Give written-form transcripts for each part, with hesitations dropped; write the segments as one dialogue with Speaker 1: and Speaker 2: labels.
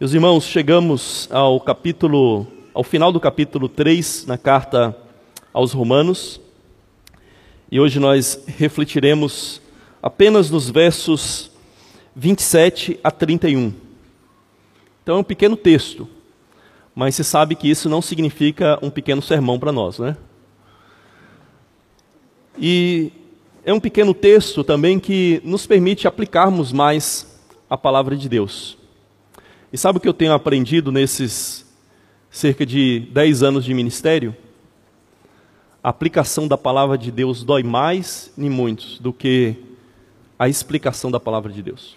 Speaker 1: Meus irmãos, chegamos ao final do capítulo 3 na carta aos Romanos, e hoje nós refletiremos apenas nos versos 27 a 31. Então é um pequeno texto, mas você sabe que isso não significa um pequeno sermão para nós, né? E é um pequeno texto também que nos permite aplicarmos mais a palavra de Deus. E sabe o que eu tenho aprendido nesses cerca de 10 anos de ministério? A aplicação da palavra de Deus dói mais em muitos do que a explicação da palavra de Deus.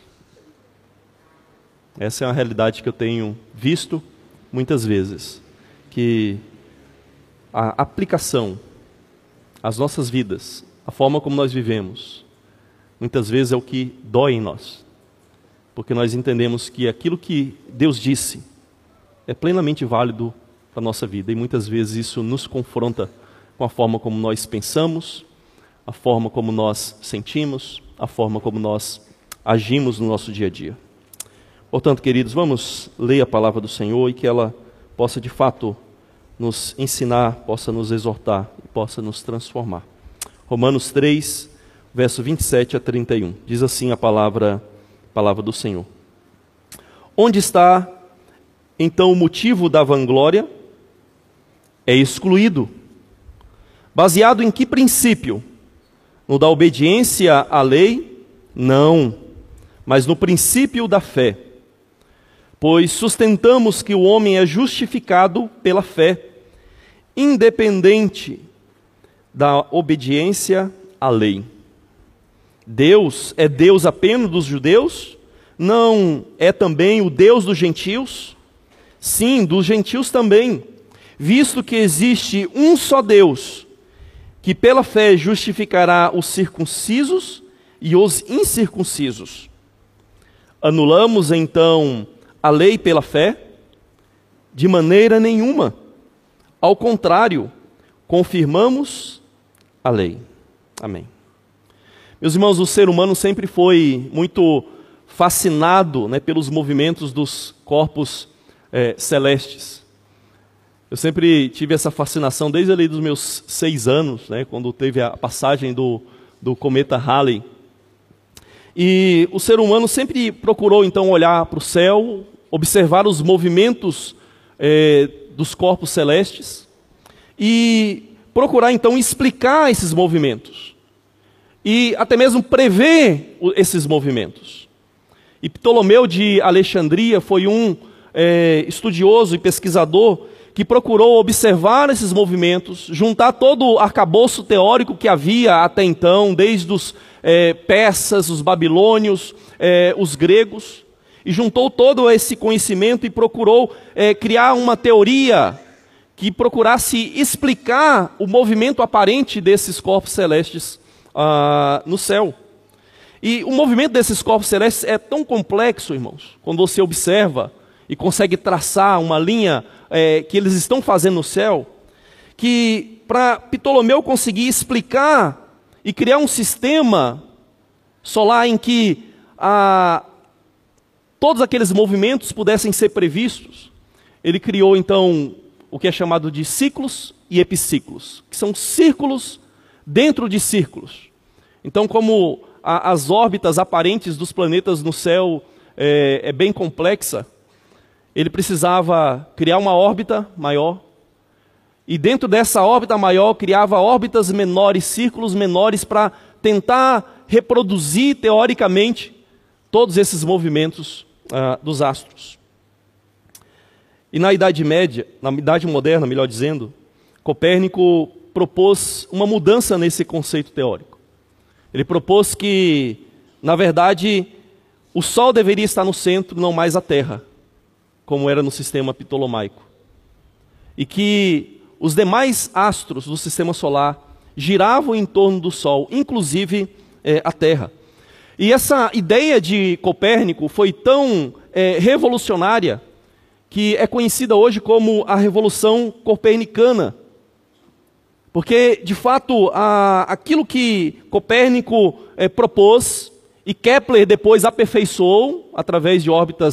Speaker 1: Essa é uma realidade que eu tenho visto muitas vezes, que a aplicação às nossas vidas, a forma como nós vivemos, muitas vezes é o que dói em nós. Porque nós entendemos que aquilo que Deus disse é plenamente válido para a nossa vida. E muitas vezes isso nos confronta com a forma como nós pensamos, a forma como nós sentimos, a forma como nós agimos no nosso dia a dia. Portanto, queridos, vamos ler a palavra do Senhor e que ela possa de fato nos ensinar, possa nos exortar e possa nos transformar. Romanos 3, verso 27 a 31. Diz assim a palavra do Senhor. Onde está, então, o motivo da vanglória? É excluído. Baseado em que princípio? No da obediência à lei? Não, mas no princípio da fé. Pois sustentamos que o homem é justificado pela fé, independente da obediência à lei. Deus é Deus apenas dos judeus? Não é também o Deus dos gentios? Sim, dos gentios também, visto que existe um só Deus, que pela fé justificará os circuncisos e os incircuncisos. Anulamos então a lei pela fé? De maneira nenhuma. Ao contrário, confirmamos a lei. Amém. Meus irmãos, o ser humano sempre foi muito fascinado, pelos movimentos dos corpos celestes. Eu sempre tive essa fascinação desde ali dos meus 6 anos, quando teve a passagem do cometa Halley. E o ser humano sempre procurou então olhar para o céu, observar os movimentos dos corpos celestes e procurar então explicar esses movimentos. E até mesmo prever esses movimentos. E Ptolomeu de Alexandria foi um estudioso e pesquisador que procurou observar esses movimentos, juntar todo o arcabouço teórico que havia até então, desde os persas, os babilônios, os gregos, e juntou todo esse conhecimento e procurou criar uma teoria que procurasse explicar o movimento aparente desses corpos celestes no céu. E o movimento desses corpos celestes é tão complexo, irmãos, quando você observa e consegue traçar uma linha que eles estão fazendo no céu, que para Ptolomeu conseguir explicar e criar um sistema solar em que todos aqueles movimentos pudessem ser previstos, ele criou então o que é chamado de ciclos e epiciclos, que são círculos dentro de círculos. Então, como as órbitas aparentes dos planetas no céu é bem complexa, ele precisava criar uma órbita maior, e dentro dessa órbita maior criava órbitas menores, círculos menores, para tentar reproduzir teoricamente todos esses movimentos dos astros. E na Idade Média, na Idade Moderna, melhor dizendo, Copérnico propôs uma mudança nesse conceito teórico. Ele propôs que, na verdade, o Sol deveria estar no centro, não mais a Terra, como era no sistema ptolomaico. E que os demais astros do sistema solar giravam em torno do Sol, inclusive a Terra. E essa ideia de Copérnico foi tão revolucionária que é conhecida hoje como a Revolução Copernicana. Porque, de fato, aquilo que Copérnico propôs e Kepler depois aperfeiçoou através de órbitas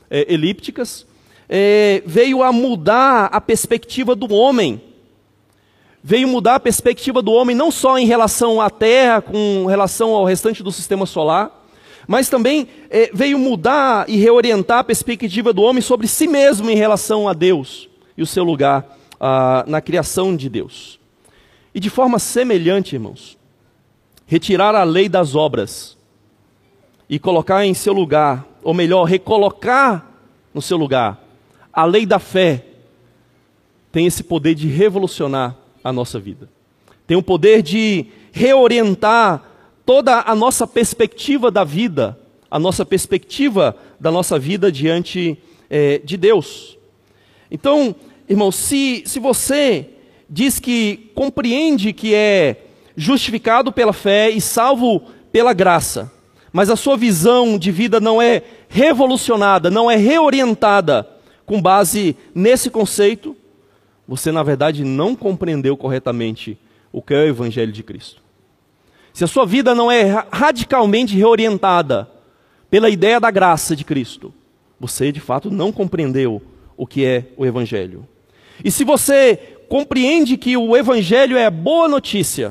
Speaker 1: elípticas, veio a mudar a perspectiva do homem. Veio mudar a perspectiva do homem não só em relação à Terra, com relação ao restante do sistema solar, mas também veio mudar e reorientar a perspectiva do homem sobre si mesmo em relação a Deus e o seu lugar na criação de Deus. E de forma semelhante, irmãos, retirar a lei das obras e colocar em seu lugar, ou melhor, recolocar no seu lugar, a lei da fé, tem esse poder de revolucionar a nossa vida. Tem o poder de reorientar toda a nossa perspectiva da vida, a nossa perspectiva da nossa vida diante de Deus. Então, irmão, se você diz que compreende que é justificado pela fé e salvo pela graça, mas a sua visão de vida não é revolucionada, não é reorientada com base nesse conceito, você na verdade não compreendeu corretamente o que é o Evangelho de Cristo. Se a sua vida não é radicalmente reorientada pela ideia da graça de Cristo, você de fato não compreendeu o que é o Evangelho. E se você compreende que o Evangelho é a boa notícia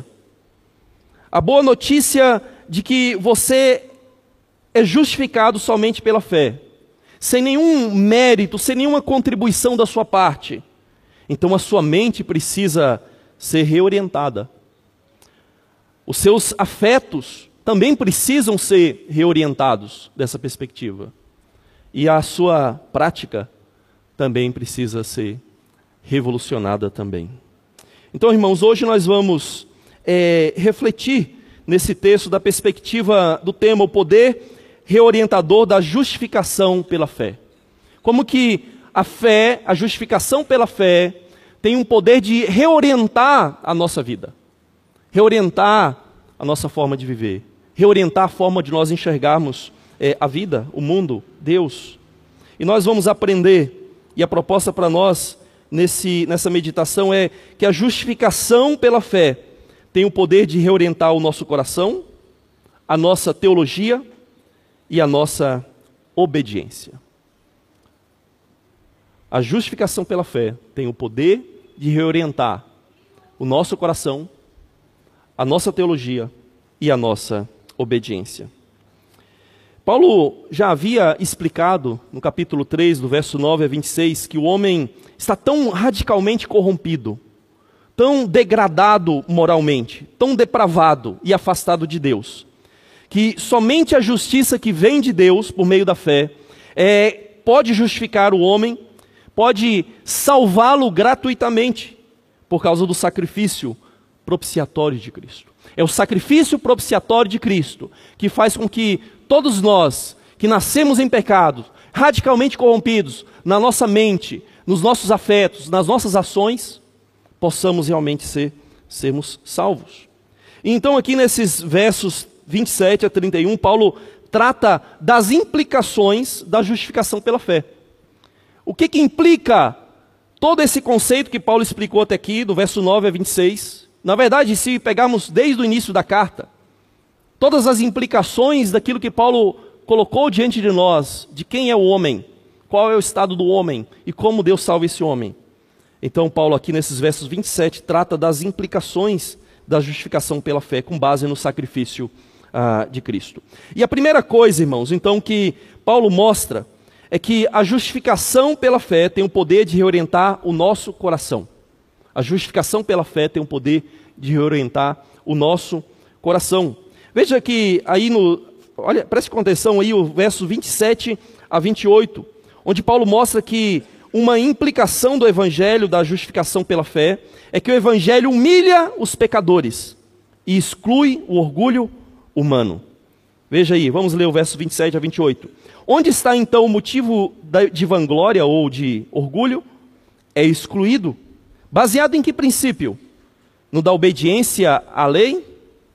Speaker 1: de que você é justificado somente pela fé, sem nenhum mérito, sem nenhuma contribuição da sua parte, então a sua mente precisa ser reorientada. Os seus afetos também precisam ser reorientados dessa perspectiva. E a sua prática também precisa ser revolucionada também. Então, irmãos, hoje nós vamos refletir nesse texto da perspectiva do tema, o poder reorientador da justificação pela fé. Como que a fé, a justificação pela fé, tem um poder de reorientar a nossa vida. Reorientar a nossa forma de viver, reorientar a forma de nós enxergarmos a vida, o mundo, Deus. E nós vamos aprender, e a proposta para nós nessa meditação é que a justificação pela fé tem o poder de reorientar o nosso coração, a nossa teologia e a nossa obediência. A justificação pela fé tem o poder de reorientar o nosso coração, a nossa teologia e a nossa obediência. Paulo já havia explicado no capítulo 3, do verso 9 a 26, que o homem está tão radicalmente corrompido, tão degradado moralmente, tão depravado e afastado de Deus, que somente a justiça que vem de Deus, por meio da fé, pode justificar o homem, pode salvá-lo gratuitamente, por causa do sacrifício propiciatório de Cristo. É o sacrifício propiciatório de Cristo que faz com que todos nós, que nascemos em pecado, radicalmente corrompidos, na nossa mente, nos nossos afetos, nas nossas ações, possamos realmente sermos salvos. E então aqui nesses versos 27 a 31, Paulo trata das implicações da justificação pela fé. O que implica todo esse conceito que Paulo explicou até aqui, do verso 9 a 26? Na verdade, se pegarmos desde o início da carta, todas as implicações daquilo que Paulo colocou diante de nós, de quem é o homem, qual é o estado do homem e como Deus salva esse homem. Então Paulo aqui nesses versos 27 trata das implicações da justificação pela fé, com base no sacrifício de Cristo. E a primeira coisa, irmãos, então, que Paulo mostra é que a justificação pela fé tem o poder de reorientar o nosso coração. A justificação pela fé tem o poder de reorientar o nosso coração. Veja que aí olha, preste atenção aí o verso 27 a 28, onde Paulo mostra que uma implicação do evangelho da justificação pela fé é que o evangelho humilha os pecadores e exclui o orgulho humano. Veja aí, vamos ler o verso 27 a 28. Onde está então o motivo de vanglória ou de orgulho? É excluído. Baseado em que princípio? No da obediência à lei?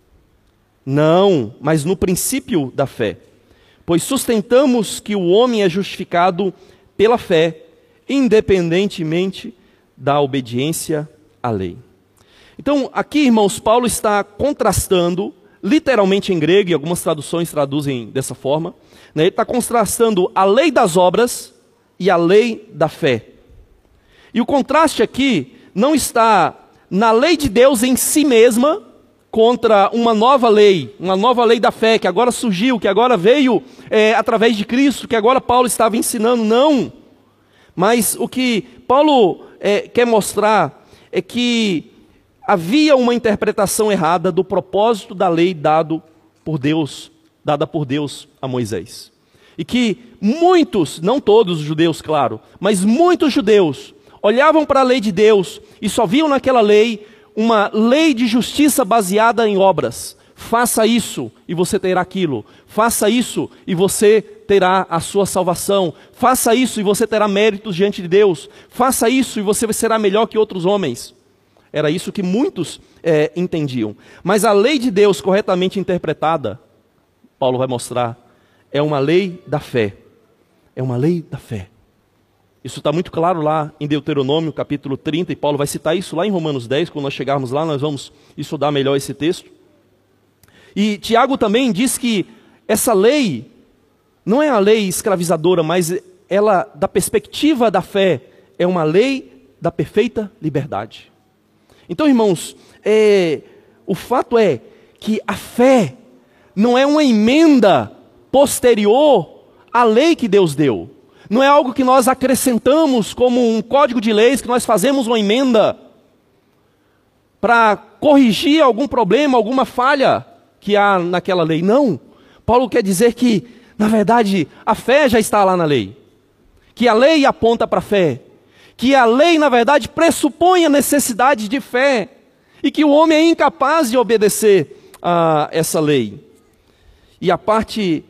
Speaker 1: Não, mas no princípio da fé. Pois sustentamos que o homem é justificado pela fé, independentemente da obediência à lei. Então, aqui, irmãos, Paulo está contrastando literalmente em grego, e algumas traduções traduzem dessa forma, né? Ele está contrastando a lei das obras e a lei da fé. E o contraste aqui não está na lei de Deus em si mesma, contra uma nova lei da fé, que agora surgiu, que agora veio através de Cristo, que agora Paulo estava ensinando, não. Mas o que Paulo quer mostrar é que havia uma interpretação errada do propósito da lei dada por Deus a Moisés. E que muitos, não todos os judeus, claro, mas muitos judeus olhavam para a lei de Deus e só viam naquela lei uma lei de justiça baseada em obras. Faça isso e você terá aquilo. Faça isso e você terá a sua salvação. Faça isso e você terá méritos diante de Deus. Faça isso e você será melhor que outros homens. Era isso que muitos entendiam. Mas a lei de Deus corretamente interpretada, Paulo vai mostrar, é uma lei da fé. É uma lei da fé. Isso está muito claro lá em Deuteronômio, capítulo 30, e Paulo vai citar isso lá em Romanos 10, quando nós chegarmos lá, nós vamos estudar melhor esse texto. E Tiago também diz que essa lei não é a lei escravizadora, mas ela, da perspectiva da fé, é uma lei da perfeita liberdade. Então, irmãos, o fato é que a fé não é uma emenda posterior à lei que Deus deu. Não é algo que nós acrescentamos como um código de leis, que nós fazemos uma emenda para corrigir algum problema, alguma falha que há naquela lei. Não. Paulo quer dizer que, na verdade, a fé já está lá na lei. Que a lei aponta para a fé. Que a lei, na verdade, pressupõe a necessidade de fé. E que o homem é incapaz de obedecer a essa lei. E a parte,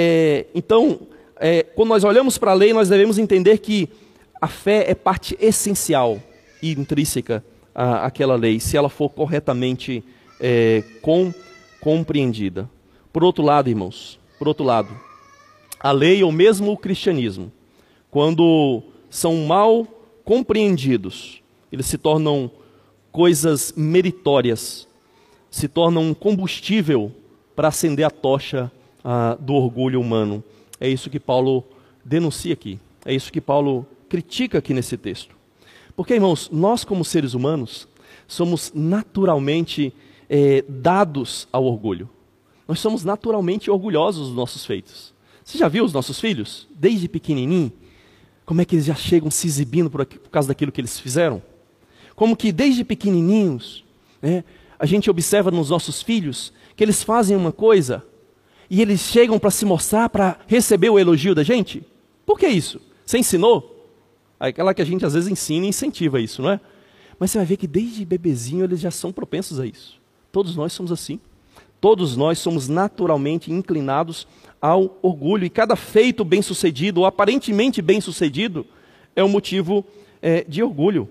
Speaker 1: quando nós olhamos para a lei, nós devemos entender que a fé é parte essencial e intrínseca àquela lei, se ela for corretamente compreendida. Por outro lado, irmãos, a lei ou mesmo o cristianismo, quando são mal compreendidos, eles se tornam coisas meritórias, se tornam um combustível para acender a tocha do orgulho humano. É isso que Paulo denuncia aqui. É isso que Paulo critica aqui nesse texto. Porque, irmãos, nós como seres humanos somos naturalmente dados ao orgulho. Nós somos naturalmente orgulhosos dos nossos feitos. Você já viu os nossos filhos? Desde pequenininho, como é que eles já chegam se exibindo por causa daquilo que eles fizeram? Como que desde pequenininhos, a gente observa nos nossos filhos que eles fazem uma coisa e eles chegam para se mostrar, para receber o elogio da gente? Por que isso? Você ensinou? Aquela que a gente às vezes ensina e incentiva isso, não é? Mas você vai ver que desde bebezinho eles já são propensos a isso. Todos nós somos assim. Todos nós somos naturalmente inclinados ao orgulho. E cada feito bem-sucedido, ou aparentemente bem-sucedido, é um motivo de orgulho.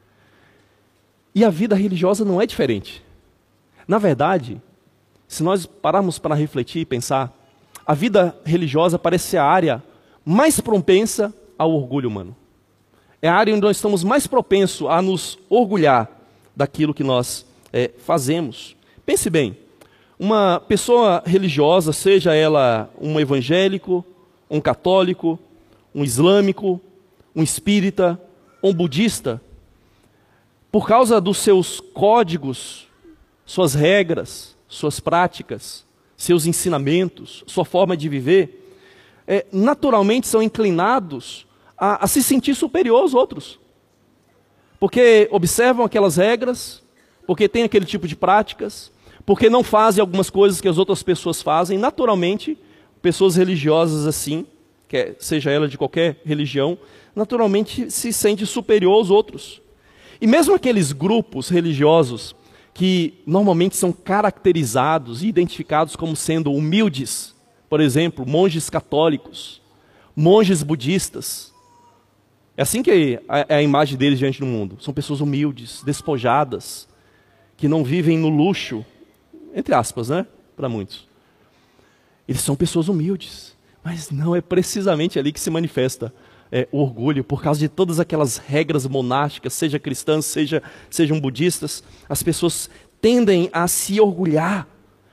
Speaker 1: E a vida religiosa não é diferente. Na verdade, se nós pararmos para refletir e pensar, a vida religiosa parece ser a área mais propensa ao orgulho humano. É a área onde nós estamos mais propensos a nos orgulhar daquilo que nós fazemos. Pense bem, uma pessoa religiosa, seja ela um evangélico, um católico, um islâmico, um espírita, um budista, por causa dos seus códigos, suas regras, suas práticas, seus ensinamentos, sua forma de viver, naturalmente são inclinados a se sentir superior aos outros. Porque observam aquelas regras, porque têm aquele tipo de práticas, porque não fazem algumas coisas que as outras pessoas fazem. Naturalmente, pessoas religiosas assim, seja ela de qualquer religião, naturalmente se sente superior aos outros. E mesmo aqueles grupos religiosos que normalmente são caracterizados e identificados como sendo humildes, por exemplo, monges católicos, monges budistas, é assim que é a imagem deles diante do mundo. São pessoas humildes, despojadas, que não vivem no luxo, entre aspas, né? Para muitos. Eles são pessoas humildes, mas não é precisamente ali que se manifesta o orgulho, por causa de todas aquelas regras monásticas, seja cristãs, sejam budistas. As pessoas tendem a se orgulhar.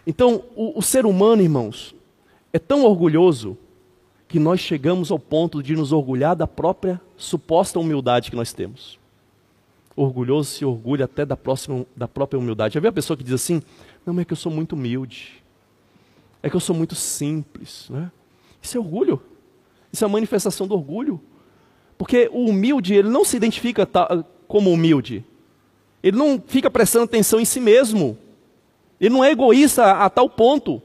Speaker 1: Então, o ser humano, irmãos, é tão orgulhoso que nós chegamos ao ponto de nos orgulhar da própria suposta humildade que nós temos. O orgulhoso se orgulha até da própria humildade. Já viu a pessoa que diz assim, não, mas é que eu sou muito humilde, é que eu sou muito simples, né? Isso é orgulho, isso é uma manifestação do orgulho. Porque o humilde, ele não se identifica como humilde, ele não fica prestando atenção em si mesmo, ele não é egoísta a tal ponto.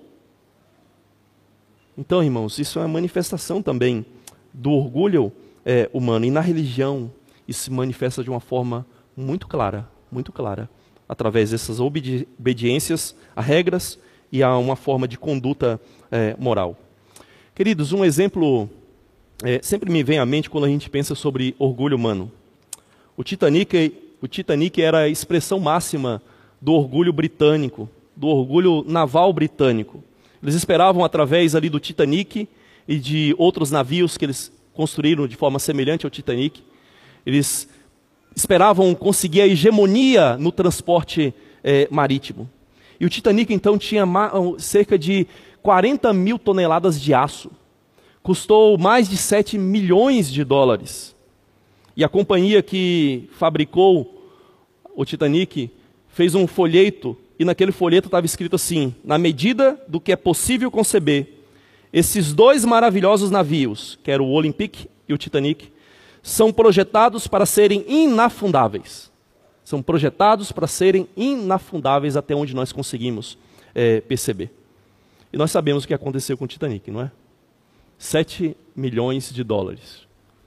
Speaker 1: Então, irmãos, isso é uma manifestação também do orgulho humano. E na religião, isso se manifesta de uma forma muito clara, através dessas obediências a regras e a uma forma de conduta moral. Queridos, um exemplo sempre me vem à mente quando a gente pensa sobre orgulho humano. O Titanic era a expressão máxima do orgulho britânico, do orgulho naval britânico. Eles esperavam, através ali do Titanic e de outros navios que eles construíram de forma semelhante ao Titanic, eles esperavam conseguir a hegemonia no transporte marítimo. E o Titanic, então, tinha cerca de 40 mil toneladas de aço. Custou mais de 7 milhões de dólares. E a companhia que fabricou o Titanic fez um folheto, e naquele folheto estava escrito assim, na medida do que é possível conceber, esses dois maravilhosos navios, que era o Olympic e o Titanic, são projetados para serem inafundáveis. São projetados para serem inafundáveis até onde nós conseguimos perceber. E nós sabemos o que aconteceu com o Titanic, não é? 7 milhões de dólares.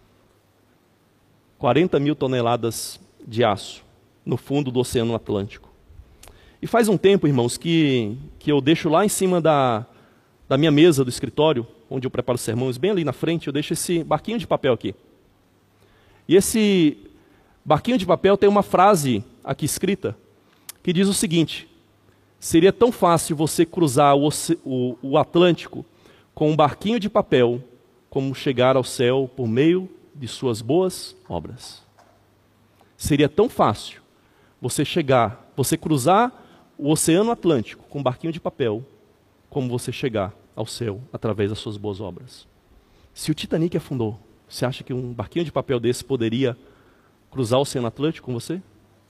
Speaker 1: 40 mil toneladas de aço no fundo do Oceano Atlântico. E faz um tempo, irmãos, que eu deixo lá em cima da minha mesa do escritório, onde eu preparo os sermões, bem ali na frente, eu deixo esse barquinho de papel aqui. E esse barquinho de papel tem uma frase aqui escrita, que diz o seguinte: seria tão fácil você cruzar o Atlântico com um barquinho de papel, como chegar ao céu por meio de suas boas obras. Seria tão fácil você cruzar o Oceano Atlântico com um barquinho de papel, como você chegar ao céu através das suas boas obras. Se o Titanic afundou, você acha que um barquinho de papel desse poderia cruzar o Oceano Atlântico com você?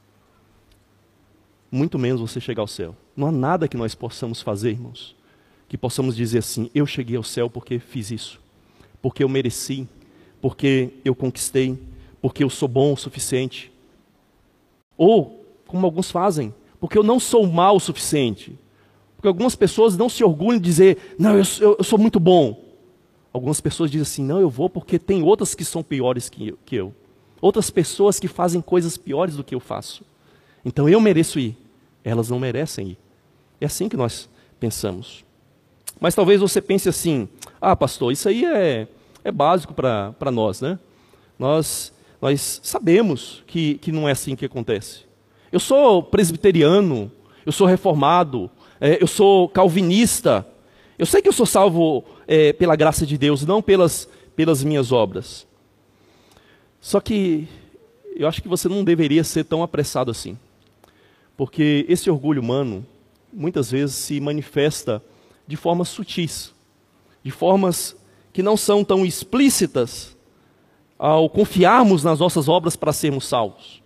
Speaker 1: Muito menos você chegar ao céu. Não há nada que nós possamos fazer, irmãos, que possamos dizer assim, eu cheguei ao céu porque fiz isso, porque eu mereci, porque eu conquistei, porque eu sou bom o suficiente. Ou, como alguns fazem, porque eu não sou mal o suficiente. Porque algumas pessoas não se orgulham de dizer, não, eu sou muito bom. Algumas pessoas dizem assim, não, eu vou porque tem outras que são piores que eu. Outras pessoas que fazem coisas piores do que eu faço. Então eu mereço ir. Elas não merecem ir. É assim que nós pensamos. Mas talvez você pense assim, pastor, isso aí é básico para nós, né? Nós sabemos que não é assim que acontece. Eu sou presbiteriano, eu sou reformado, eu sou calvinista. Eu sei que eu sou salvo pela graça de Deus, não pelas minhas obras. Só que eu acho que você não deveria ser tão apressado assim. Porque esse orgulho humano, muitas vezes, se manifesta de formas sutis, de formas que não são tão explícitas ao confiarmos nas nossas obras para sermos salvos.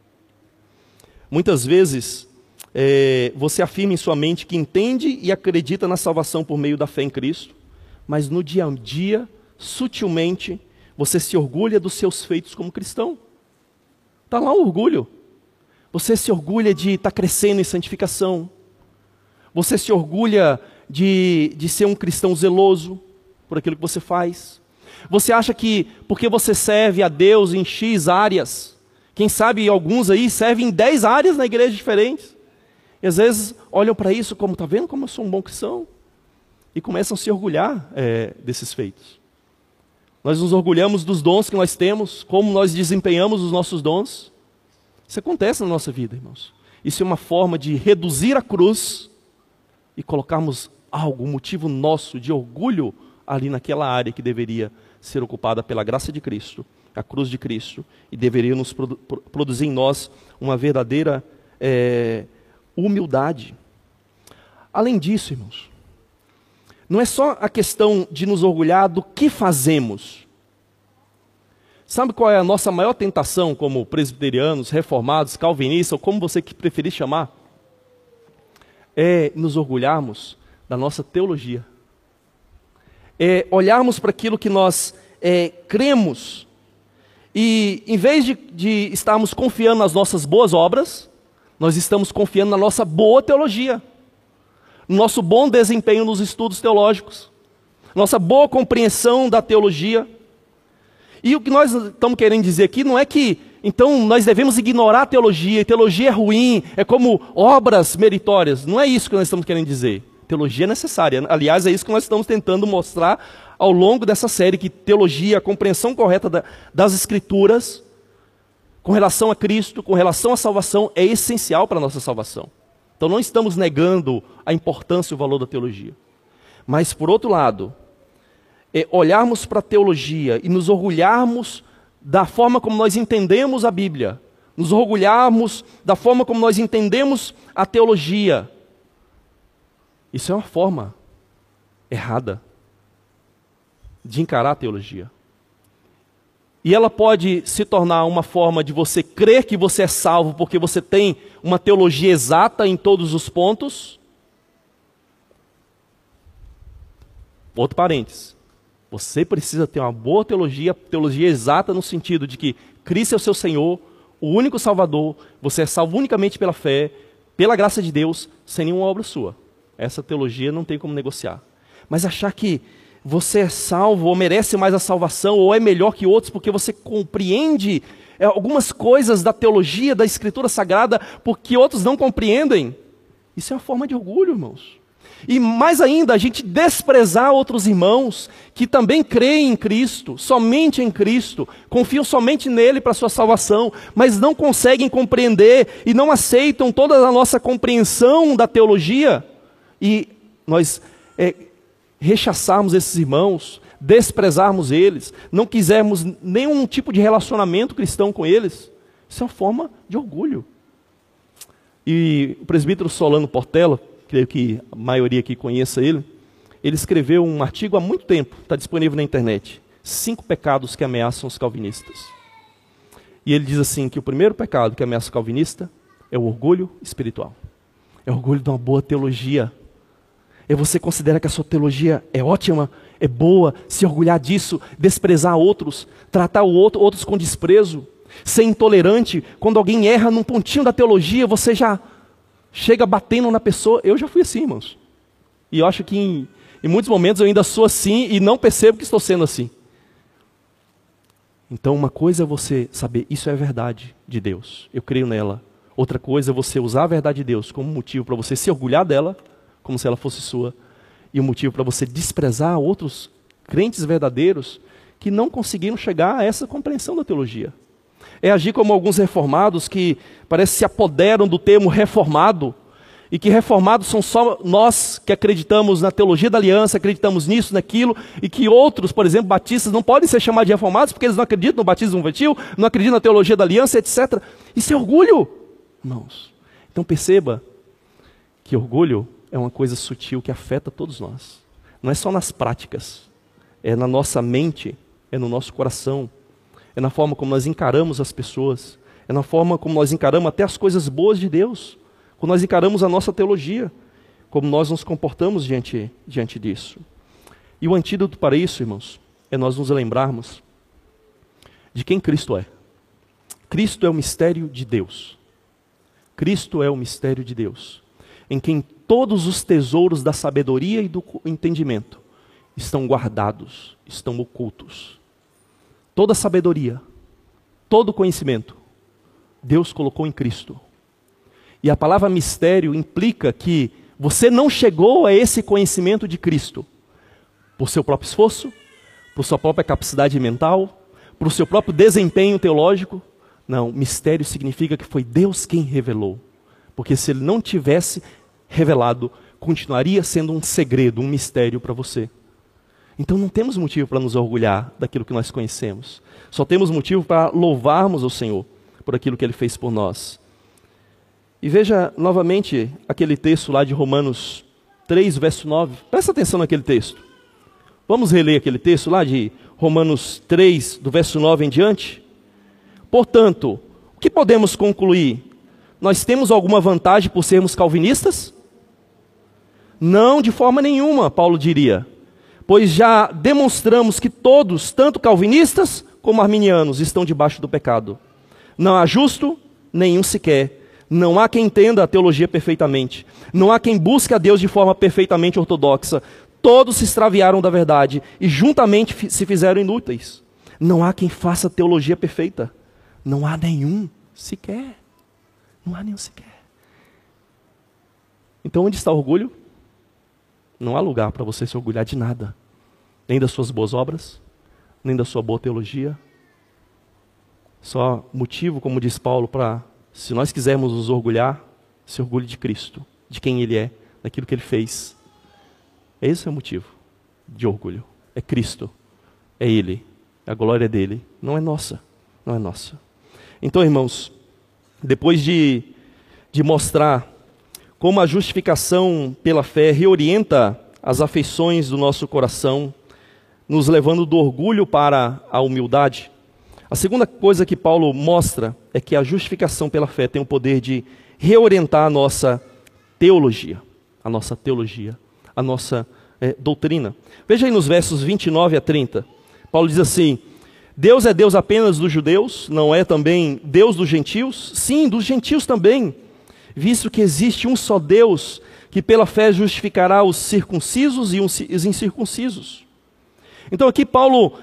Speaker 1: Muitas vezes, você afirma em sua mente que entende e acredita na salvação por meio da fé em Cristo, mas no dia a dia, sutilmente, você se orgulha dos seus feitos como cristão. Está lá o orgulho. Você se orgulha de estar crescendo em santificação. Você se orgulha de ser um cristão zeloso por aquilo que você faz. Você acha que porque você serve a Deus em X áreas, quem sabe alguns aí servem em 10 áreas na igreja diferentes, e às vezes olham para isso como, está vendo como eu sou um bom cristão? E começam a se orgulhar desses feitos. Nós nos orgulhamos dos dons que nós temos, como nós desempenhamos os nossos dons. Isso acontece na nossa vida, irmãos. Isso é uma forma de reduzir a cruz e colocarmos um motivo nosso de orgulho ali naquela área que deveria ser ocupada pela graça de Cristo, a cruz de Cristo, e deveria nos produzir em nós uma verdadeira humildade. Além disso, irmãos, não é só a questão de nos orgulhar do que fazemos. Sabe qual é a nossa maior tentação como presbiterianos, reformados, calvinistas, ou como você que preferir chamar? É nos orgulharmos da nossa teologia. É olharmos para aquilo que nós cremos e, em vez de estarmos confiando nas nossas boas obras, nós estamos confiando na nossa boa teologia, no nosso bom desempenho nos estudos teológicos, nossa boa compreensão da teologia. E o que nós estamos querendo dizer aqui não é que, então, nós devemos ignorar a teologia, e teologia é ruim, é como obras meritórias. Não é isso que nós estamos querendo dizer. Teologia é necessária. Aliás, é isso que nós estamos tentando mostrar ao longo dessa série, que teologia, a compreensão correta das Escrituras, com relação a Cristo, com relação à salvação, é essencial para a nossa salvação. Então não estamos negando a importância e o valor da teologia. Mas, por outro lado, olharmos para a teologia e nos orgulharmos da forma como nós entendemos a Bíblia, nos orgulharmos da forma como nós entendemos a teologia, isso é uma forma errada de encarar a teologia. E ela pode se tornar uma forma de você crer que você é salvo porque você tem uma teologia exata em todos os pontos. Outro parênteses. Você precisa ter uma boa teologia exata no sentido de que Cristo é o seu Senhor, o único Salvador, você é salvo unicamente pela fé, pela graça de Deus, sem nenhuma obra sua. Essa teologia não tem como negociar. Mas achar que você é salvo, ou merece mais a salvação, ou é melhor que outros, porque você compreende algumas coisas da teologia, da Escritura Sagrada, porque outros não compreendem. Isso é uma forma de orgulho, irmãos. E mais ainda, a gente desprezar outros irmãos que também creem em Cristo, somente em Cristo, confiam somente nele para a sua salvação, mas não conseguem compreender e não aceitam toda a nossa compreensão da teologia. E nós rechaçarmos esses irmãos, desprezarmos eles, não quisermos nenhum tipo de relacionamento cristão com eles, isso é uma forma de orgulho. E o presbítero Solano Portela, creio que a maioria aqui conheça ele escreveu um artigo há muito tempo, está disponível na internet, 5 pecados que ameaçam os calvinistas. E ele diz assim, que o primeiro pecado que ameaça o calvinista é o orgulho espiritual, é o orgulho de uma boa teologia. Você considera que a sua teologia é ótima, é boa, se orgulhar disso, desprezar outros, tratar outros com desprezo, ser intolerante. Quando alguém erra num pontinho da teologia, você já chega batendo na pessoa. Eu já fui assim, irmãos. E eu acho que em muitos momentos eu ainda sou assim e não percebo que estou sendo assim. Então uma coisa é você saber, isso é a verdade de Deus, eu creio nela. Outra coisa é você usar a verdade de Deus como motivo para você se orgulhar dela, como se ela fosse sua, e um motivo para você desprezar outros crentes verdadeiros que não conseguiram chegar a essa compreensão da teologia. É agir como alguns reformados que parece se apoderam do termo reformado, e que reformados são só nós que acreditamos na teologia da aliança, acreditamos nisso, naquilo, e que outros, por exemplo, batistas, não podem ser chamados de reformados porque eles não acreditam no batismo infantil, não acreditam na teologia da aliança, etc. Isso é orgulho, irmãos. Então perceba que orgulho é uma coisa sutil que afeta todos nós. Não é só nas práticas, é na nossa mente, é no nosso coração, é na forma como nós encaramos as pessoas, é na forma como nós encaramos até as coisas boas de Deus, como nós encaramos a nossa teologia, como nós nos comportamos diante disso. E o antídoto para isso, irmãos, é nós nos lembrarmos de quem Cristo é. Cristo é o mistério de Deus. Cristo é o mistério de Deus, em quem todos os tesouros da sabedoria e do entendimento estão guardados, estão ocultos. Toda sabedoria, todo conhecimento, Deus colocou em Cristo. E a palavra mistério implica que você não chegou a esse conhecimento de Cristo por seu próprio esforço, por sua própria capacidade mental, por seu próprio desempenho teológico. Não, mistério significa que foi Deus quem revelou. Porque se ele não tivesse revelado, continuaria sendo um segredo, um mistério para você. Então não temos motivo para nos orgulhar daquilo que nós conhecemos. Só temos motivo para louvarmos o Senhor por aquilo que Ele fez por nós. E veja novamente aquele texto lá de Romanos 3, verso 9. Presta atenção naquele texto. Vamos reler aquele texto lá de Romanos 3, do verso 9 em diante? Portanto, o que podemos concluir? Nós temos alguma vantagem por sermos calvinistas? Não, de forma nenhuma, Paulo diria. Pois já demonstramos que todos, tanto calvinistas como arminianos, estão debaixo do pecado. Não há justo, nenhum sequer. Não há quem entenda a teologia perfeitamente. Não há quem busque a Deus de forma perfeitamente ortodoxa. Todos se extraviaram da verdade e juntamente se fizeram inúteis. Não há quem faça teologia perfeita. Não há nenhum sequer. Não há nenhum sequer. Então onde está o orgulho? Não há lugar para você se orgulhar de nada. Nem das suas boas obras, nem da sua boa teologia. Só motivo, como diz Paulo, para, se nós quisermos nos orgulhar, se orgulhe de Cristo, de quem Ele é, daquilo que Ele fez. Esse é o motivo de orgulho. É Cristo, é Ele, a glória é dele, não é nossa, não é nossa. Então, irmãos, depois de mostrar como a justificação pela fé reorienta as afeições do nosso coração, nos levando do orgulho para a humildade, a segunda coisa que Paulo mostra é que a justificação pela fé tem o poder de reorientar a nossa teologia, a nossa doutrina. Veja aí nos versos 29 a 30, Paulo diz assim: Deus é Deus apenas dos judeus, não é também Deus dos gentios? Sim, dos gentios também, visto que existe um só Deus, que pela fé justificará os circuncisos e os incircuncisos. Então aqui Paulo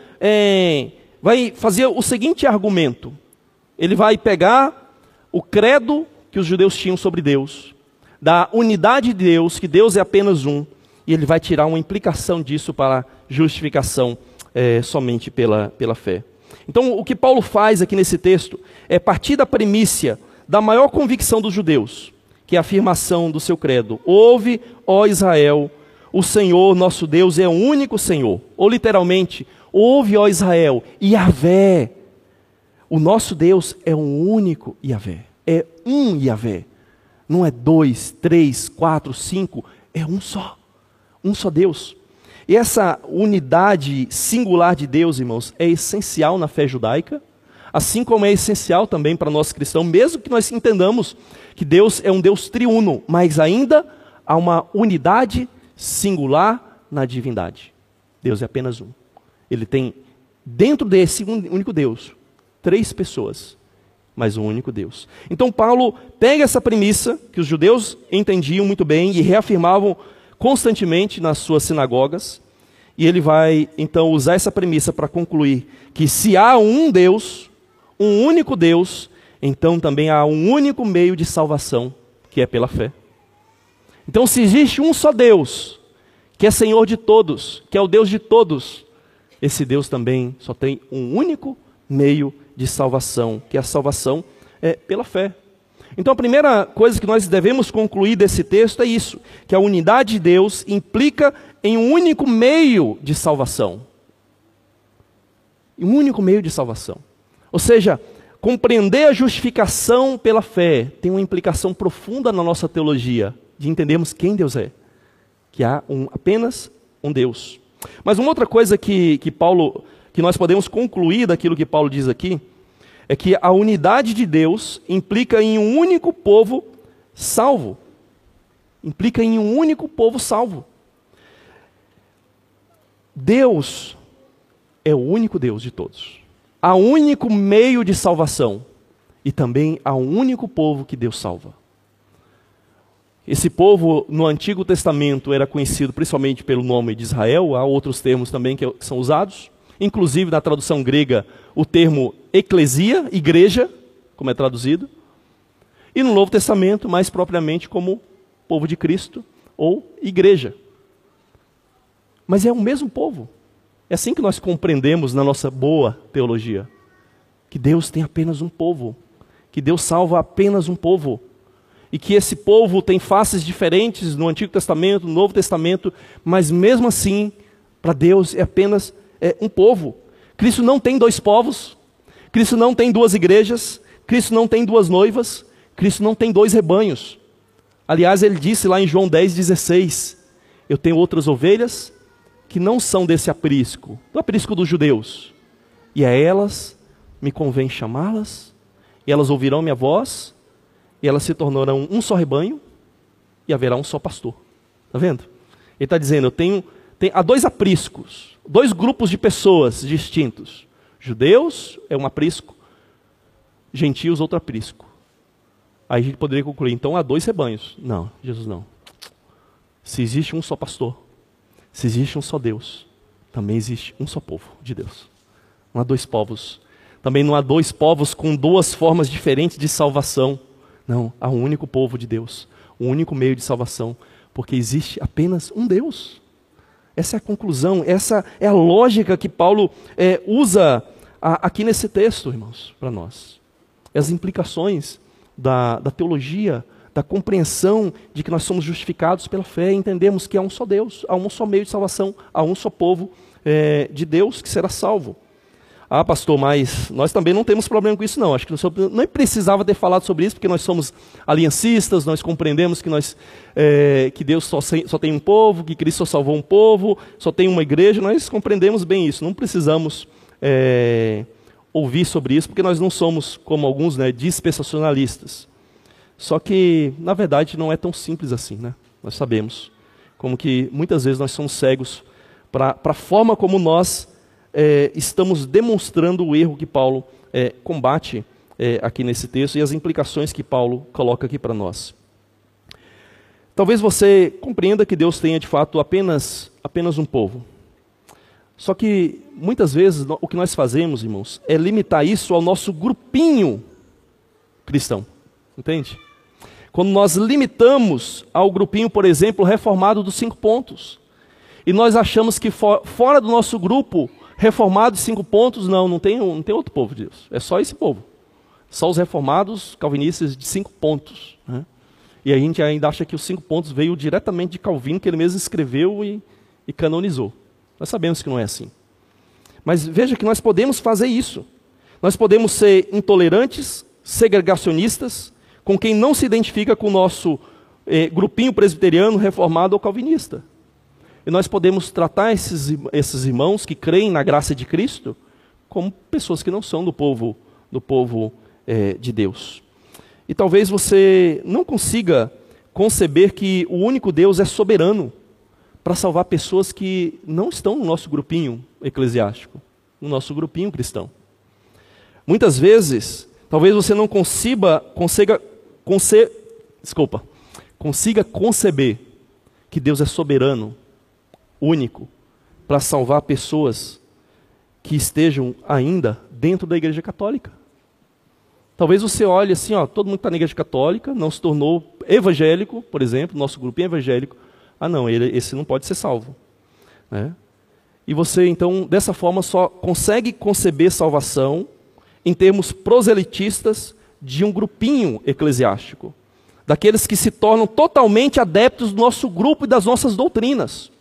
Speaker 1: vai fazer o seguinte argumento. Ele vai pegar o credo que os judeus tinham sobre Deus, da unidade de Deus, que Deus é apenas um, e ele vai tirar uma implicação disso para a justificação somente pela fé. Então o que Paulo faz aqui nesse texto é partir da premissa da maior convicção dos judeus, que é a afirmação do seu credo: ouve, ó Israel, o Senhor nosso Deus é o único Senhor. Ou literalmente, ouve, ó Israel, Yahvé, o nosso Deus é um único Yahvé, é um Yahvé, não é 2, 3, 4, 5, é um só Deus. E essa unidade singular de Deus, irmãos, é essencial na fé judaica, assim como é essencial também para nós cristãos, mesmo que nós entendamos que Deus é um Deus triuno, mas ainda há uma unidade singular na divindade. Deus é apenas um. Ele tem, dentro desse único Deus, 3 pessoas, mas um único Deus. Então Paulo pega essa premissa que os judeus entendiam muito bem e reafirmavam constantemente nas suas sinagogas, e ele vai então usar essa premissa para concluir que se há um Deus, um único Deus, então também há um único meio de salvação, que é pela fé. Então se existe um só Deus, que é Senhor de todos, que é o Deus de todos, esse Deus também só tem um único meio de salvação, que é a salvação pela fé. Então a primeira coisa que nós devemos concluir desse texto é isso, que a unidade de Deus implica em um único meio de salvação. Um único meio de salvação. Ou seja, compreender a justificação pela fé tem uma implicação profunda na nossa teologia, de entendermos quem Deus é, que há apenas um Deus. Mas uma outra coisa que nós podemos concluir daquilo que Paulo diz aqui, é que a unidade de Deus implica em um único povo salvo. Implica em um único povo salvo. Deus é o único Deus de todos. Há um único meio de salvação. E também há um único povo que Deus salva. Esse povo no Antigo Testamento era conhecido principalmente pelo nome de Israel. Há outros termos também que são usados. Inclusive na tradução grega, o termo eclesia, igreja, como é traduzido. E no Novo Testamento, mais propriamente como povo de Cristo ou igreja. Mas é o mesmo povo. É assim que nós compreendemos na nossa boa teologia. Que Deus tem apenas um povo. Que Deus salva apenas um povo. E que esse povo tem faces diferentes no Antigo Testamento, no Novo Testamento, mas mesmo assim, para Deus é apenas um povo. Cristo não tem 2 povos, Cristo não tem 2 igrejas, Cristo não tem 2 noivas, Cristo não tem 2 rebanhos. Aliás, ele disse lá em João 10,16, eu tenho outras ovelhas que não são desse aprisco, do aprisco dos judeus. E a elas me convém chamá-las, e elas ouvirão minha voz, e elas se tornarão um só rebanho, e haverá um só pastor. Está vendo? Ele está dizendo, há dois apriscos, dois grupos de pessoas distintos. Judeus é um aprisco, gentios outro aprisco. Aí a gente poderia concluir, então há dois rebanhos. Não, Jesus não. Se existe um só pastor, se existe um só Deus, também existe um só povo de Deus. Não há dois povos. Também não há dois povos com duas formas diferentes de salvação. Não, há um único povo de Deus, um único meio de salvação, porque existe apenas um Deus. Essa é a conclusão, essa é a lógica que Paulo usa aqui nesse texto, irmãos, para nós. As implicações da teologia, da compreensão de que nós somos justificados pela fé, entendemos que há um só Deus, há um só meio de salvação, há um só povo de Deus que será salvo. Ah, pastor, mas nós também não temos problema com isso não. Acho que o senhor não precisava ter falado sobre isso, porque nós somos aliancistas, nós compreendemos que Deus só tem um povo, que Cristo só salvou um povo, só tem uma igreja, nós compreendemos bem isso. Não precisamos ouvir sobre isso, porque nós não somos, como alguns, dispensacionalistas. Só que, na verdade, não é tão simples assim, né? Nós sabemos como que muitas vezes nós somos cegos para a forma como nós estamos demonstrando o erro que Paulo combate aqui nesse texto e as implicações que Paulo coloca aqui para nós. Talvez você compreenda que Deus tenha de fato apenas um povo. Só que muitas vezes o que nós fazemos, irmãos, é limitar isso ao nosso grupinho cristão. Entende? Quando nós limitamos ao grupinho, por exemplo, reformado dos 5 pontos. E nós achamos que fora do nosso grupo reformado de 5 pontos, não tem outro povo de Deus. É só esse povo. Só os reformados calvinistas de 5 pontos. Né? E a gente ainda acha que os 5 pontos veio diretamente de Calvino, que ele mesmo escreveu e canonizou. Nós sabemos que não é assim. Mas veja que nós podemos fazer isso. Nós podemos ser intolerantes, segregacionistas, com quem não se identifica com o nosso grupinho presbiteriano, reformado ou calvinista. E nós podemos tratar esses irmãos que creem na graça de Cristo como pessoas que não são do povo de Deus. E talvez você não consiga conceber que o único Deus é soberano para salvar pessoas que não estão no nosso grupinho eclesiástico, no nosso grupinho cristão. Muitas vezes, talvez você não consiga conceber que Deus é soberano, único, para salvar pessoas que estejam ainda dentro da igreja católica. Talvez você olhe assim, todo mundo que está na igreja católica, não se tornou evangélico, por exemplo, nosso grupinho evangélico, não, esse não pode ser salvo. Né? E você, então, dessa forma, só consegue conceber salvação em termos proselitistas de um grupinho eclesiástico, daqueles que se tornam totalmente adeptos do nosso grupo e das nossas doutrinas.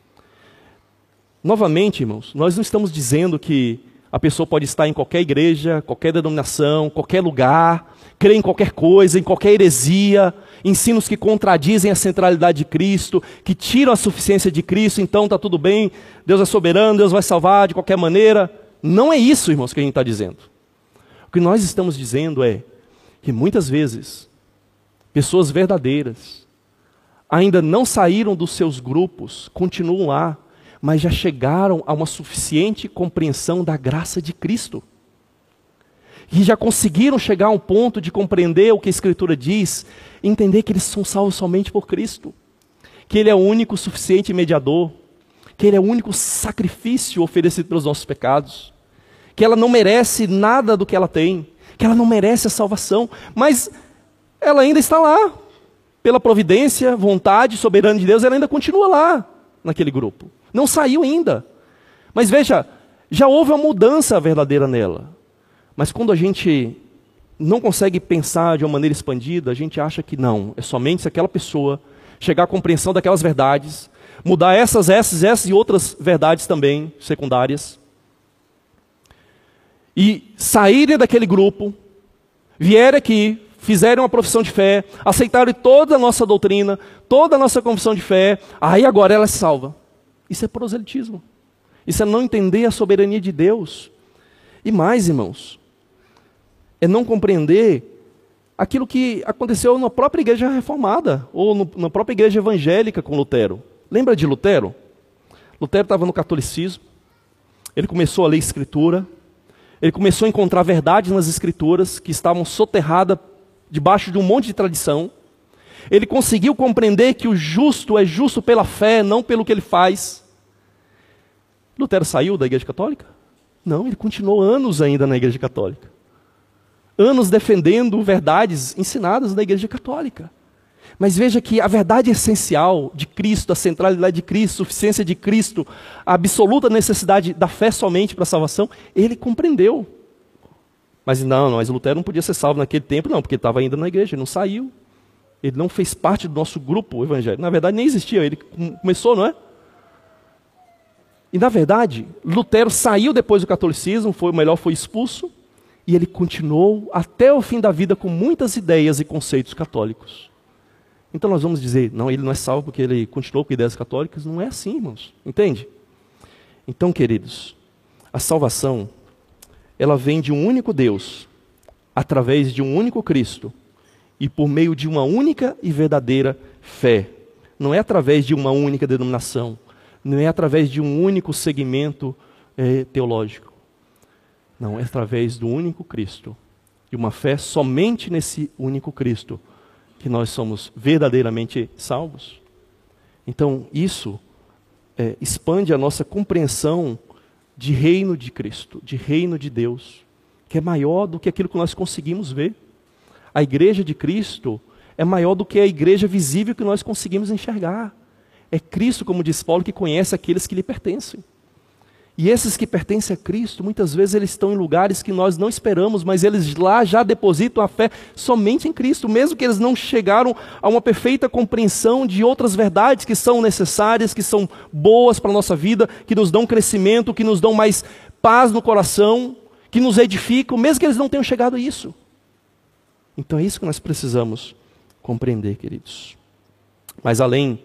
Speaker 1: Novamente, irmãos, nós não estamos dizendo que a pessoa pode estar em qualquer igreja, qualquer denominação, qualquer lugar, crer em qualquer coisa, em qualquer heresia, ensinos que contradizem a centralidade de Cristo, que tiram a suficiência de Cristo, então está tudo bem, Deus é soberano, Deus vai salvar de qualquer maneira. Não é isso, irmãos, que a gente está dizendo. O que nós estamos dizendo é que muitas vezes, pessoas verdadeiras, ainda não saíram dos seus grupos, continuam lá, mas já chegaram a uma suficiente compreensão da graça de Cristo. E já conseguiram chegar a um ponto de compreender o que a Escritura diz, entender que eles são salvos somente por Cristo, que Ele é o único suficiente mediador, que Ele é o único sacrifício oferecido pelos nossos pecados, que ela não merece nada do que ela tem, que ela não merece a salvação, mas ela ainda está lá, pela providência, vontade soberana de Deus, ela ainda continua lá, naquele grupo. Não saiu ainda. Mas veja, já houve uma mudança verdadeira nela. Mas quando a gente não consegue pensar de uma maneira expandida, a gente acha que não, é somente se aquela pessoa chegar à compreensão daquelas verdades, mudar essas e outras verdades também, secundárias, e saírem daquele grupo, vier aqui, fizeram a profissão de fé, aceitaram toda a nossa doutrina, toda a nossa confissão de fé, aí agora ela é salva. Isso é proselitismo. Isso é não entender a soberania de Deus. E mais, irmãos, é não compreender aquilo que aconteceu na própria igreja reformada, ou na própria igreja evangélica com Lutero. Lembra de Lutero? Lutero estava no catolicismo, ele começou a ler Escritura, ele começou a encontrar verdades nas Escrituras que estavam soterradas debaixo de um monte de tradição. Ele conseguiu compreender que o justo é justo pela fé, não pelo que ele faz. Lutero saiu da Igreja Católica? Não, ele continuou anos ainda na Igreja Católica. Anos defendendo verdades ensinadas na Igreja Católica. Mas veja que a verdade essencial de Cristo, a centralidade de Cristo, a suficiência de Cristo, a absoluta necessidade da fé somente para a salvação, ele compreendeu. Mas mas Lutero não podia ser salvo naquele tempo, não, porque ele estava ainda na igreja, ele não saiu. Ele não fez parte do nosso grupo evangélico. Na verdade, nem existia, ele começou, não é? E na verdade, Lutero saiu depois do catolicismo, foi expulso, e ele continuou até o fim da vida com muitas ideias e conceitos católicos. Então nós vamos dizer, não, ele não é salvo porque ele continuou com ideias católicas. Não é assim, irmãos. Entende? Então, queridos, a salvação, ela vem de um único Deus, através de um único Cristo, e por meio de uma única e verdadeira fé. Não é através de uma única denominação, não é através de um único segmento teológico. Não, é através do único Cristo, de uma fé somente nesse único Cristo, que nós somos verdadeiramente salvos. Então, isso expande a nossa compreensão de reino de Cristo, de reino de Deus, que é maior do que aquilo que nós conseguimos ver. A igreja de Cristo é maior do que a igreja visível que nós conseguimos enxergar. É Cristo, como diz Paulo, que conhece aqueles que lhe pertencem. E esses que pertencem a Cristo, muitas vezes eles estão em lugares que nós não esperamos, mas eles lá já depositam a fé somente em Cristo, mesmo que eles não chegaram a uma perfeita compreensão de outras verdades que são necessárias, que são boas para a nossa vida, que nos dão crescimento, que nos dão mais paz no coração, que nos edificam, mesmo que eles não tenham chegado a isso. Então é isso que nós precisamos compreender, queridos. Mas além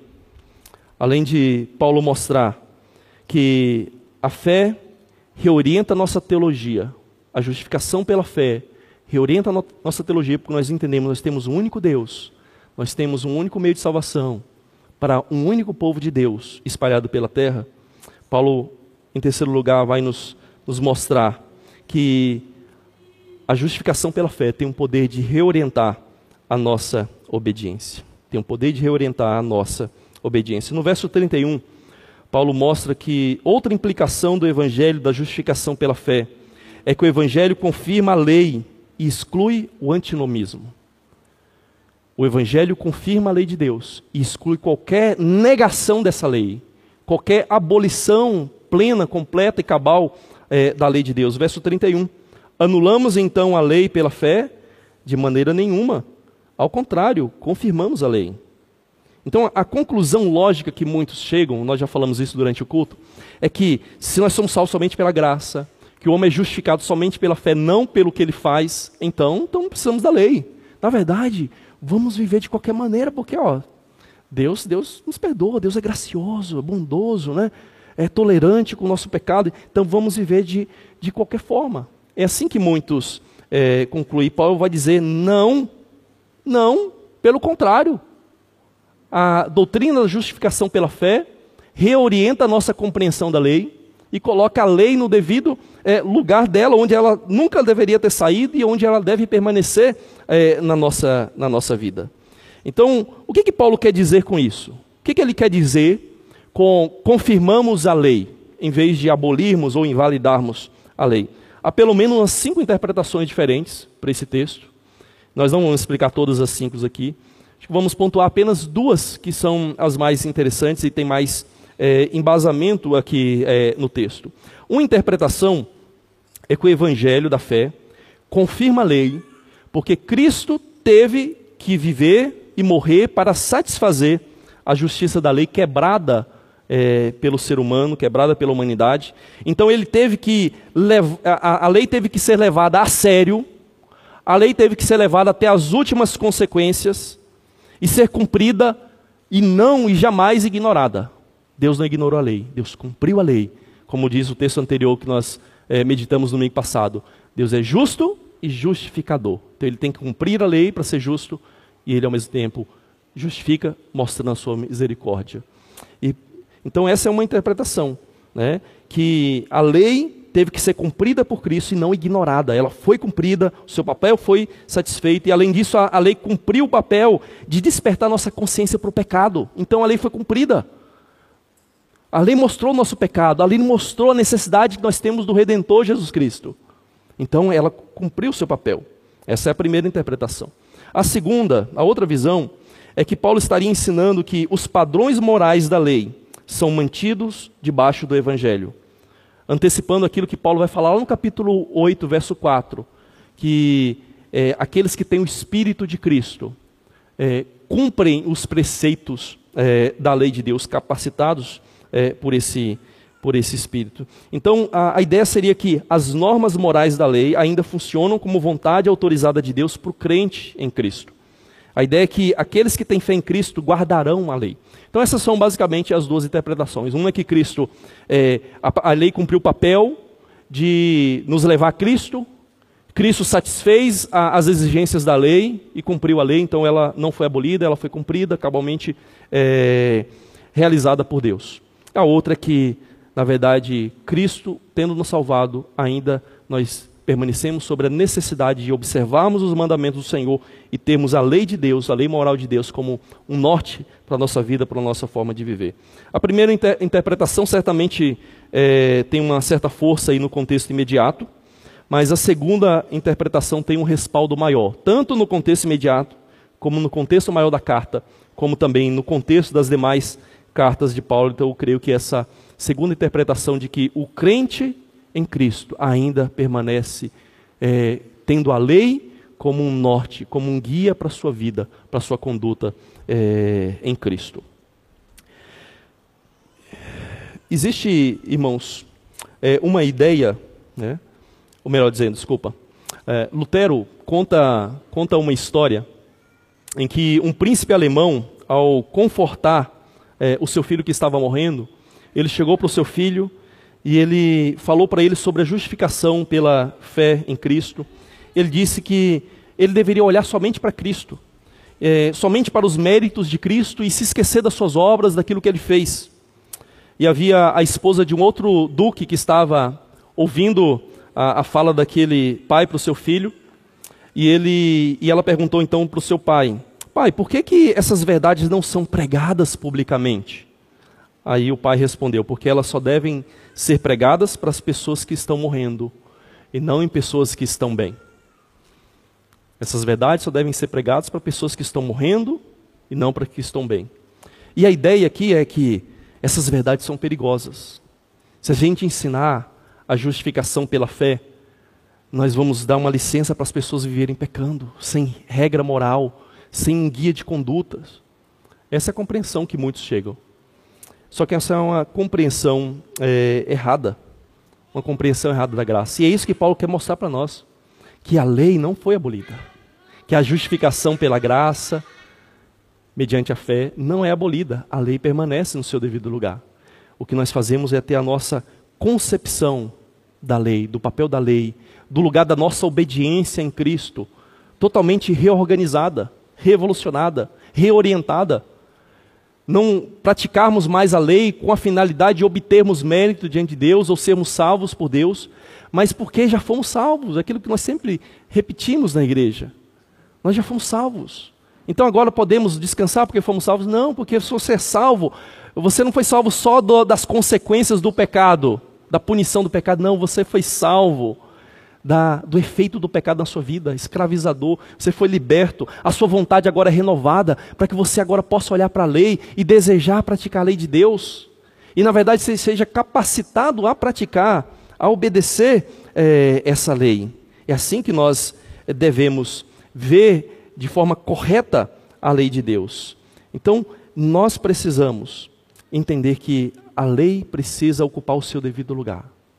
Speaker 1: de Paulo mostrar que a fé reorienta a nossa teologia, a justificação pela fé reorienta a nossa teologia, porque nós entendemos, nós temos um único Deus, nós temos um único meio de salvação, para um único povo de Deus espalhado pela terra. Paulo, em terceiro lugar, vai nos mostrar que a justificação pela fé tem o poder de reorientar a nossa obediência. Tem o poder de reorientar a nossa obediência. No verso 31, Paulo mostra que outra implicação do evangelho da justificação pela fé é que o evangelho confirma a lei e exclui o antinomismo. O evangelho confirma a lei de Deus e exclui qualquer negação dessa lei, qualquer abolição plena, completa e cabal da lei de Deus. Verso 31. Anulamos então a lei pela fé? De maneira nenhuma. Ao contrário, confirmamos a lei. Então, a conclusão lógica que muitos chegam, nós já falamos isso durante o culto, é que se nós somos salvos somente pela graça, que o homem é justificado somente pela fé, não pelo que ele faz, então não precisamos da lei. Na verdade, vamos viver de qualquer maneira, porque Deus nos perdoa, Deus é gracioso, é bondoso, né? É tolerante com o nosso pecado, então vamos viver de qualquer forma. É assim que muitos concluem. Paulo vai dizer, não, pelo contrário. A doutrina da justificação pela fé reorienta a nossa compreensão da lei e coloca a lei no devido lugar dela, onde ela nunca deveria ter saído e onde ela deve permanecer na nossa vida. Então, o que Paulo quer dizer com isso? O que ele quer dizer com confirmamos a lei, em vez de abolirmos ou invalidarmos a lei? Há pelo menos umas 5 interpretações diferentes para esse texto. Nós não vamos explicar todas as 5 aqui. Vamos pontuar apenas 2 que são as mais interessantes e tem mais embasamento aqui no texto. Uma interpretação é que o evangelho da fé confirma a lei, porque Cristo teve que viver e morrer para satisfazer a justiça da lei quebrada pelo ser humano, quebrada pela humanidade. Então ele teve que a lei teve que ser levada a sério, A lei teve que ser levada até as últimas consequências e ser cumprida e jamais ignorada. Deus não ignorou a lei, Deus cumpriu a lei. Como diz o texto anterior que nós meditamos no domingo passado. Deus é justo e justificador. Então ele tem que cumprir a lei para ser justo e ele ao mesmo tempo justifica, mostrando a sua misericórdia. Então essa é uma interpretação, né? Que a lei teve que ser cumprida por Cristo e não ignorada. Ela foi cumprida, o seu papel foi satisfeito e além disso a lei cumpriu o papel de despertar nossa consciência para o pecado. Então a lei foi cumprida. A lei mostrou o nosso pecado, a lei mostrou a necessidade que nós temos do Redentor Jesus Cristo. Então ela cumpriu o seu papel. Essa é a primeira interpretação. A segunda, a outra visão, é que Paulo estaria ensinando que os padrões morais da lei são mantidos debaixo do Evangelho. Antecipando aquilo que Paulo vai falar lá no capítulo 8, verso 4, que aqueles que têm o Espírito de Cristo cumprem os preceitos da lei de Deus, capacitados por esse Espírito. Então, a ideia seria que as normas morais da lei ainda funcionam como vontade autorizada de Deus para o crente em Cristo. A ideia é que aqueles que têm fé em Cristo guardarão a lei. Então, essas são basicamente as duas interpretações. Uma é que Cristo, a lei cumpriu o papel de nos levar a Cristo. Cristo satisfez as exigências da lei e cumpriu a lei, então ela não foi abolida, ela foi cumprida, cabalmente realizada por Deus. A outra é que, na verdade, Cristo, tendo nos salvado, ainda nós permanecemos sobre a necessidade de observarmos os mandamentos do Senhor e termos a lei de Deus, a lei moral de Deus, como um norte para a nossa vida, para a nossa forma de viver. A primeira interpretação certamente tem uma certa força aí no contexto imediato, mas a segunda interpretação tem um respaldo maior, tanto no contexto imediato, como no contexto maior da carta, como também no contexto das demais cartas de Paulo. Então eu creio que essa segunda interpretação de que o crente em Cristo ainda permanece tendo a lei como um norte, como um guia para a sua vida, para a sua conduta em Cristo. Existe, irmãos, uma ideia, né? Ou melhor dizendo, desculpa, Lutero conta uma história em que um príncipe alemão, ao confortar o seu filho que estava morrendo, ele chegou para o seu filho e ele falou para ele sobre a justificação pela fé em Cristo. Ele disse que ele deveria olhar somente para Cristo, somente para os méritos de Cristo e se esquecer das suas obras, daquilo que ele fez. E havia a esposa de um outro duque que estava ouvindo a fala daquele pai para o seu filho, e ela perguntou então para o seu pai: pai, por que essas verdades não são pregadas publicamente? Aí o pai respondeu: porque elas só devem ser pregadas para as pessoas que estão morrendo, e não em pessoas que estão bem. Essas verdades só devem ser pregadas para pessoas que estão morrendo, e não para que estão bem. E a ideia aqui é que essas verdades são perigosas. Se a gente ensinar a justificação pela fé, nós vamos dar uma licença para as pessoas viverem pecando, sem regra moral, sem guia de condutas. Essa é a compreensão que muitos chegam. Só que essa é uma compreensão errada, uma compreensão errada da graça. E é isso que Paulo quer mostrar para nós, que a lei não foi abolida, que a justificação pela graça, mediante a fé, não é abolida, a lei permanece no seu devido lugar. O que nós fazemos é ter a nossa concepção da lei, do papel da lei, do lugar da nossa obediência em Cristo, totalmente reorganizada, revolucionada, reorientada. Não praticarmos mais a lei com a finalidade de obtermos mérito diante de Deus ou sermos salvos por Deus, mas porque já fomos salvos, aquilo que nós sempre repetimos na igreja. Nós já fomos salvos. Então agora podemos descansar porque fomos salvos? Não, porque se você é salvo, você não foi salvo só das consequências do pecado, da punição do pecado, não, você foi salvo do efeito do pecado na sua vida, escravizador, você foi liberto, a sua vontade agora é renovada, para que você agora possa olhar para a lei e desejar praticar a lei de Deus, e na verdade você seja capacitado a praticar, a obedecer essa lei. É assim que nós devemos ver de forma correta a lei de Deus. Então, nós precisamos entender que a lei precisa ocupar o seu devido lugar.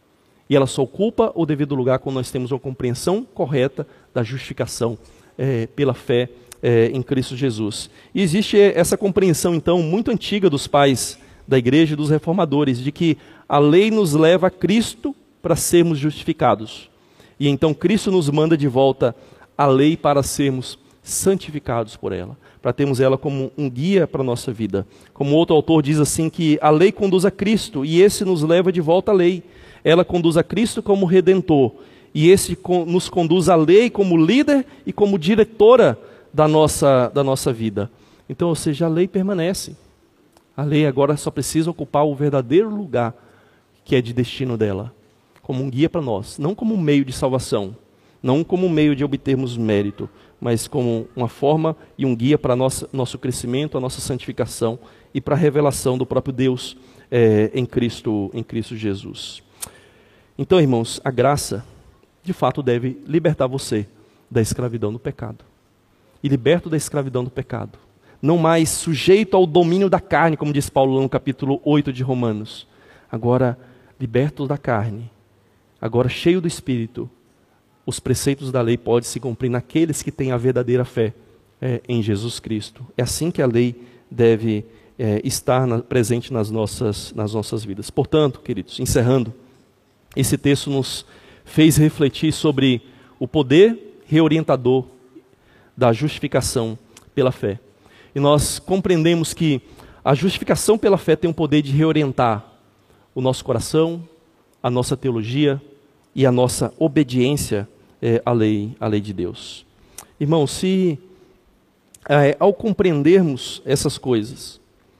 Speaker 1: E ela só ocupa o devido lugar quando nós temos uma compreensão correta da justificação pela fé em Cristo Jesus. E existe essa compreensão, então, muito antiga dos pais da igreja e dos reformadores, de que a lei nos leva a Cristo para sermos justificados. E então Cristo nos manda de volta a lei para sermos santificados por ela, para termos ela como um guia para a nossa vida. Como outro autor diz assim, que a lei conduz a Cristo e esse nos leva de volta à lei. Ela conduz a Cristo como Redentor e esse nos conduz à lei como líder e como diretora da nossa vida. Então, ou seja, a lei permanece. A lei agora só precisa ocupar o verdadeiro lugar que é de destino dela, como um guia para nós, não como um meio de salvação, não como um meio de obtermos mérito, mas como uma forma e um guia para nosso crescimento, a nossa santificação e para a revelação do próprio Deus em Cristo Jesus. Então, irmãos, a graça, de fato, deve libertar você da escravidão do pecado. E liberto da escravidão do pecado. Não mais sujeito ao domínio da carne, como diz Paulo no capítulo 8 de Romanos. Agora, liberto da carne, agora cheio do Espírito, os preceitos da lei podem se cumprir naqueles que têm a verdadeira fé em Jesus Cristo. É assim que a lei deve estar presente nas nossas vidas. Portanto, queridos, encerrando, esse texto nos fez refletir sobre o poder reorientador da justificação pela fé. E nós compreendemos que a justificação pela fé tem o poder de reorientar o nosso coração, a nossa teologia e a nossa obediência à lei de Deus. Irmãos, se ao compreendermos essas coisas,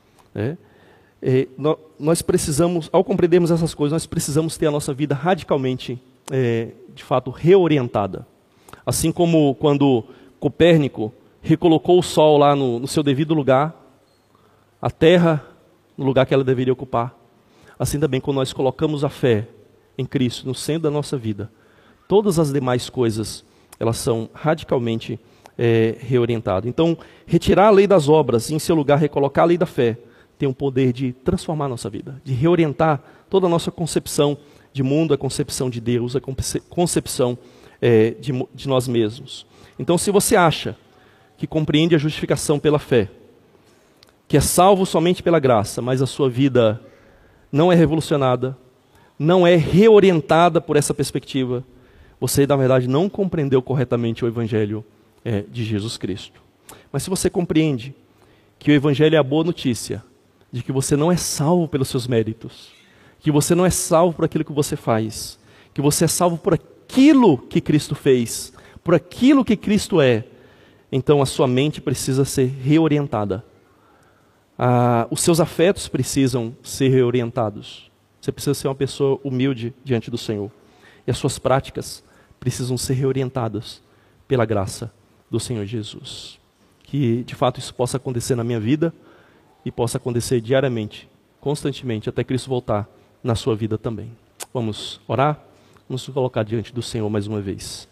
Speaker 1: nós precisamos, ao compreendermos essas coisas, nós precisamos ter a nossa vida radicalmente, de fato, reorientada. Assim como quando Copérnico recolocou o Sol lá no seu devido lugar, a Terra no lugar que ela deveria ocupar. Assim também, quando nós colocamos a fé em Cristo no centro da nossa vida, todas as demais coisas, elas são radicalmente reorientadas. Então, retirar a lei das obras e em seu lugar recolocar a lei da fé, tem o poder de transformar a nossa vida, de reorientar toda a nossa concepção de mundo, a concepção de Deus, a concepção de nós mesmos. Então, se você acha que compreende a justificação pela fé, que é salvo somente pela graça, mas a sua vida não é revolucionada, não é reorientada por essa perspectiva, você, na verdade, não compreendeu corretamente o Evangelho de Jesus Cristo. Mas se você compreende que o Evangelho é a boa notícia, de que você não é salvo pelos seus méritos, que você não é salvo por aquilo que você faz, que você é salvo por aquilo que Cristo fez, por aquilo que Cristo é, então a sua mente precisa ser reorientada. Os seus afetos precisam ser reorientados. Você precisa ser uma pessoa humilde diante do Senhor. E as suas práticas precisam ser reorientadas pela graça do Senhor Jesus. Que de fato isso possa acontecer na minha vida e possa acontecer diariamente, constantemente, até Cristo voltar na sua vida também. Vamos orar? Vamos nos colocar diante do Senhor mais uma vez.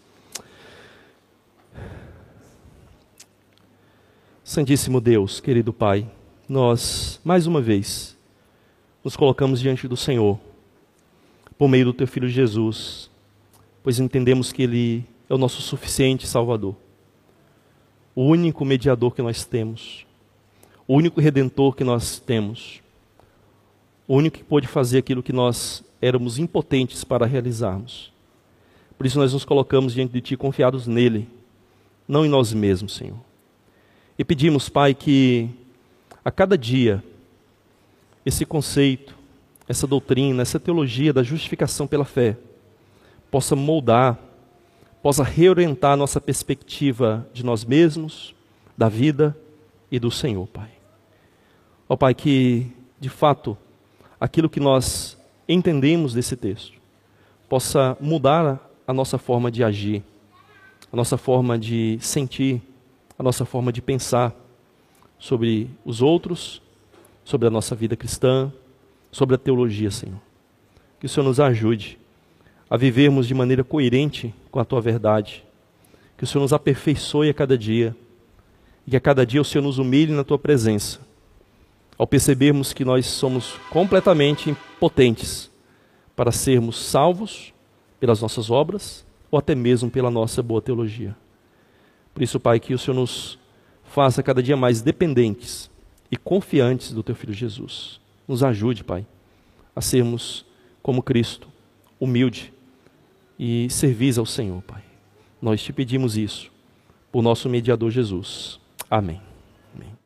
Speaker 1: Santíssimo Deus, querido Pai, nós, mais uma vez, nos colocamos diante do Senhor, por meio do Teu Filho Jesus, pois entendemos que Ele é o nosso suficiente Salvador, o único mediador que nós temos, o único Redentor que nós temos, o único que pôde fazer aquilo que nós éramos impotentes para realizarmos. Por isso nós nos colocamos diante de Ti confiados nele, não em nós mesmos, Senhor. E pedimos, Pai, que a cada dia esse conceito, essa doutrina, essa teologia da justificação pela fé possa moldar, possa reorientar a nossa perspectiva de nós mesmos, da vida e do Senhor, Pai. Ó Pai, que de fato aquilo que nós entendemos desse texto possa mudar a nossa forma de agir, a nossa forma de sentir, a nossa forma de pensar sobre os outros, sobre a nossa vida cristã, sobre a teologia, Senhor. Que o Senhor nos ajude a vivermos de maneira coerente com a Tua verdade. Que o Senhor nos aperfeiçoe a cada dia. E que a cada dia o Senhor nos humilhe na Tua presença. Ao percebermos que nós somos completamente impotentes para sermos salvos pelas nossas obras ou até mesmo pela nossa boa teologia. Por isso, Pai, que o Senhor nos faça cada dia mais dependentes e confiantes do Teu Filho Jesus. Nos ajude, Pai, a sermos como Cristo, humilde e servis ao Senhor, Pai. Nós te pedimos isso por nosso mediador Jesus. Amém. Amém.